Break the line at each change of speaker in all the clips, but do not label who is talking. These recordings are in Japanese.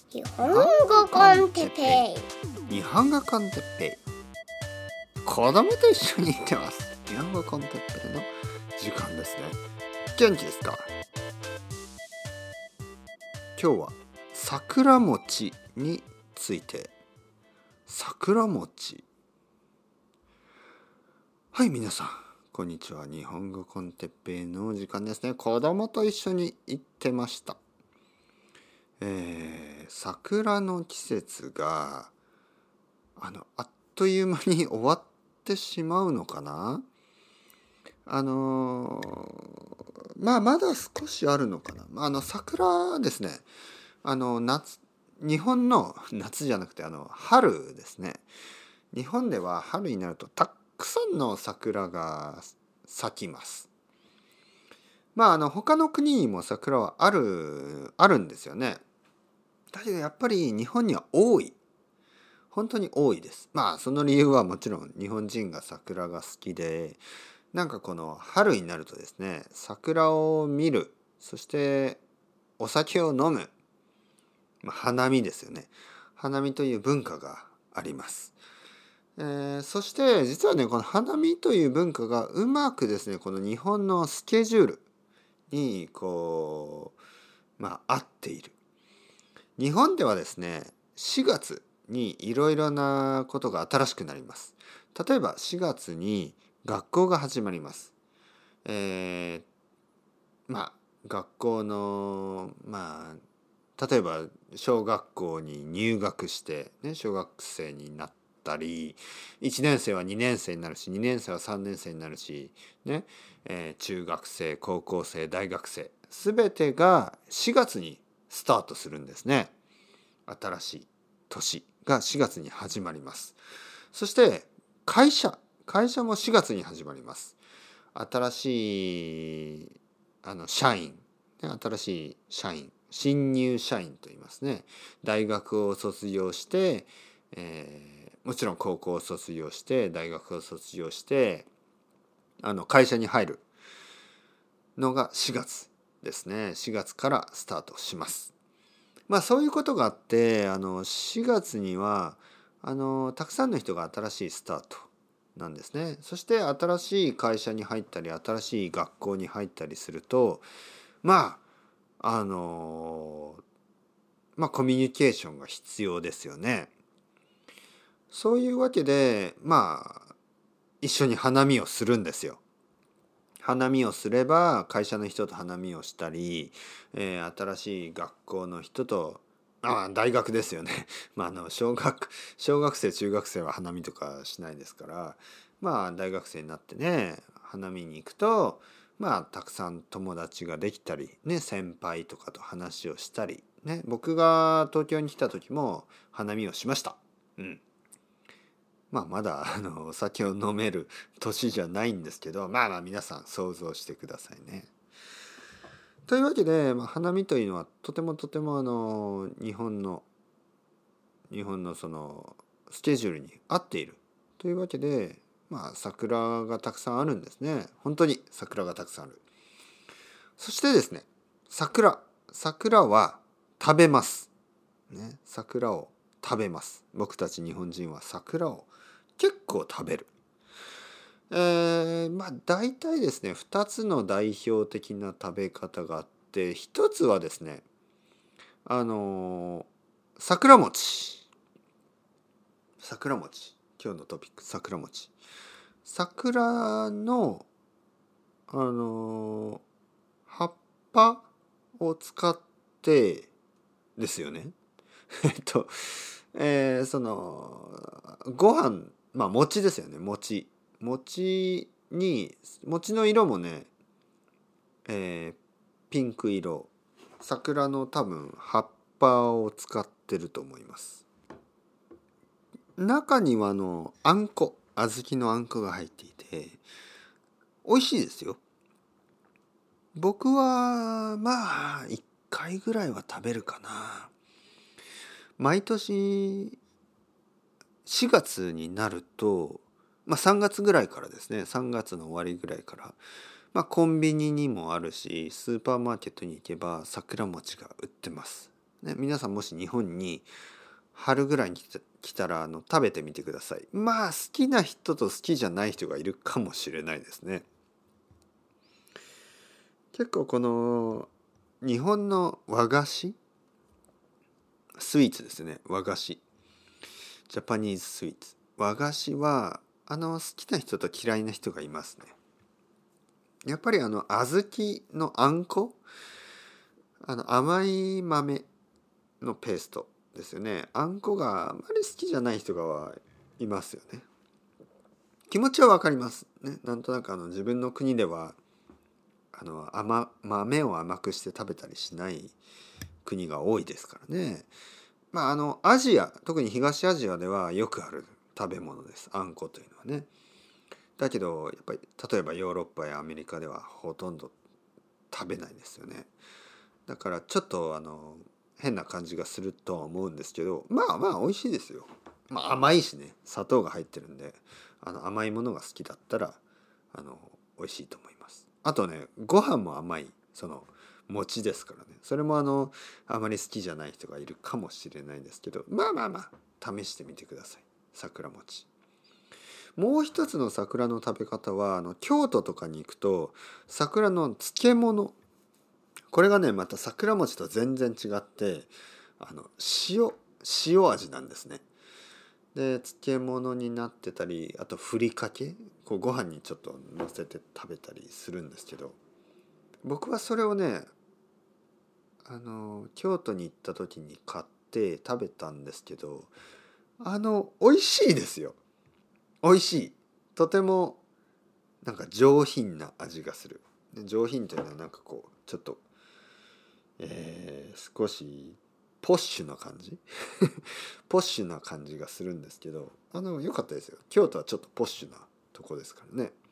日本語コンテッペイ。
日本語コンテッペイ。子供と一緒に行ってます。日本語コンテッペイの時間ですね。元気ですか？今日は桜餅について。桜餅。はい、皆さんこんにちは。日本語コンテッペイの時間ですね。子供と一緒に行ってました。桜の季節があっという間に終わってしまうのかな。まだ少しあるのかな。桜ですね。日本の夏じゃなくて春ですね。日本では春になるとたくさんの桜が咲きます。他の国にも桜はあるんですよね。だけどやっぱり日本には多い。本当に多いです。その理由はもちろん日本人が桜が好きで、この春になるとですね、桜を見る、そしてお酒を飲む、花見ですよね。花見という文化があります。そして実はね、この花見という文化がうまくですね、この日本のスケジュールに合っている。日本ではですね、4月にいろいろなことが新しくなります。例えば4月に学校が始まります。学校の例えば小学校に入学して、小学生になったり、1年生は2年生になるし、2年生は3年生になるし、中学生、高校生、大学生、すべてが4月にスタートするんですね。新しい年が4月に始まります。そして会社も4月に始まります。新しい社員、新しい社員、新入社員と言いますね。大学を卒業して、もちろん高校を卒業して大学を卒業して会社に入るのが4月ですね。4月からスタートします。そういうことがあって4月にはたくさんの人が新しいスタートなんですね。そして新しい会社に入ったり新しい学校に入ったりするとコミュニケーションが必要ですよね。そういうわけで一緒に花見をするんですよ。花見をすれば会社の人と花見をしたり、新しい学校の人と大学ですよね。小学生中学生は花見とかしないですから、大学生になってね花見に行くとたくさん友達ができたりね、先輩とかと話をしたりね。僕が東京に来た時も花見をしました。まだお酒を飲める年じゃないんですけど、皆さん想像してくださいね。というわけで、花見というのはとても日本のそのスケジュールに合っているというわけで、桜がたくさんあるんですね。本当に桜がたくさんある。そしてですね、桜は食べます。桜を食べます。僕たち日本人は桜を結構食べる。大体ですね2つの代表的な食べ方があって、一つはですね桜餅。今日のトピック、桜餅。桜の葉っぱを使ってですよね。ご飯、餅ですよね。餅の色もね、ピンク色。桜の多分葉っぱを使ってると思います。中にはあんこ、小豆のあんこが入っていて美味しいですよ。僕は1回ぐらいは食べるかな。毎年4月になると3月ぐらいからですね、3月の終わりぐらいからコンビニにもあるし、スーパーマーケットに行けば桜餅が売ってます。 ね、皆さんもし日本に春ぐらいに来たら食べてみてください。まあ好きな人と好きじゃない人がいるかもしれないですね。結構この日本の和菓子スイーツですね。和菓子ジャパニーズスイーツ和菓子は好きな人と嫌いな人がいますね。やっぱり小豆のあんこ甘い豆のペーストですよね。あんこがあまり好きじゃない人がいますよね。気持ちはわかりますね。なんとなく自分の国では豆を甘くして食べたりしない国が多いですからね。まあアジア特に東アジアではよくある食べ物です。あんこというのはね。だけどやっぱり例えばヨーロッパやアメリカではほとんど食べないですよね。だからちょっと変な感じがするとは思うんですけど、まあまあ美味しいですよ。まあ甘いしね、砂糖が入ってるんで甘いものが好きだったら美味しいと思います。あとね、ご飯も甘い餅ですからね。それもあまり好きじゃない人がいるかもしれないですけど、まあまあまあ試してみてください。桜餅。もう一つの桜の食べ方は京都とかに行くと桜の漬物、これがねまた桜餅と全然違って塩味なんですね。で漬物になってたり、あとふりかけご飯にちょっと乗せて食べたりするんですけど、僕はそれをね京都に行った時に買って食べたんですけど、美味しいですよ。美味しい。とてもなんか上品な味がする。上品というのはなんかちょっと、少しポッシュな感じポッシュな感じがするんですけど、良かったですよ。京都はちょっとポッシュなとこですからね。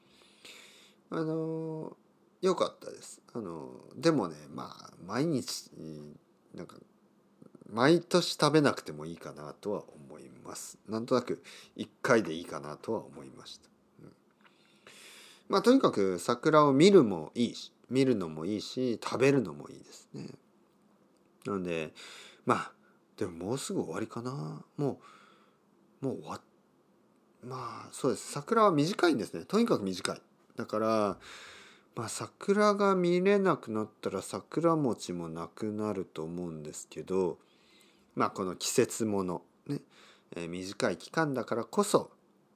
良かったです。でもね、まあ毎日なんか毎年食べなくてもいいかなとは思います。なんとなく1回でいいかなとは思いました。まあとにかく桜を見るのもいいし食べるのもいいですね。なのでまあでももうすぐ終わりかな。もう終わっまあそうです。桜は短いんですね。とにかく短い。だからまあ桜が見れなくなったら桜餅もなくなると思うんですけど、まあこの季節ものね、短い期間だからこそ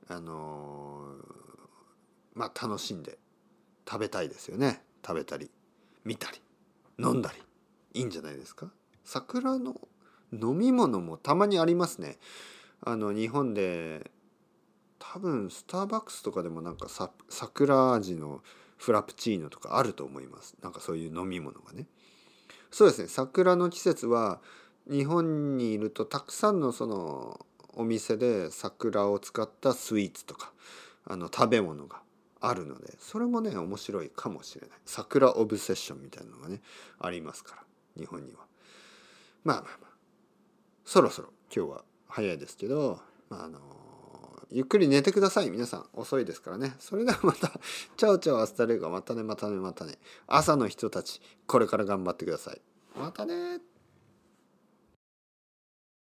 まあ楽しんで食べたいですよね。食べたり見たり飲んだりいいんじゃないですか。桜の飲み物もたまにありますね。日本で多分スターバックスとかでもなんか桜味のフラプチーノとかあると思います。なんかそういう飲み物がね。そうですね。桜の季節は日本にいるとたくさんのお店で桜を使ったスイーツとか食べ物があるので、それもね面白いかもしれない。桜オブセッションみたいなのがねありますから日本には。まあまあまあそろそろ今日は早いですけど、まあゆっくり寝てください。皆さん遅いですからね。それではまたチャオチャオアスタレゴ、またねまたねまたね。朝の人たちこれから頑張ってください。またね。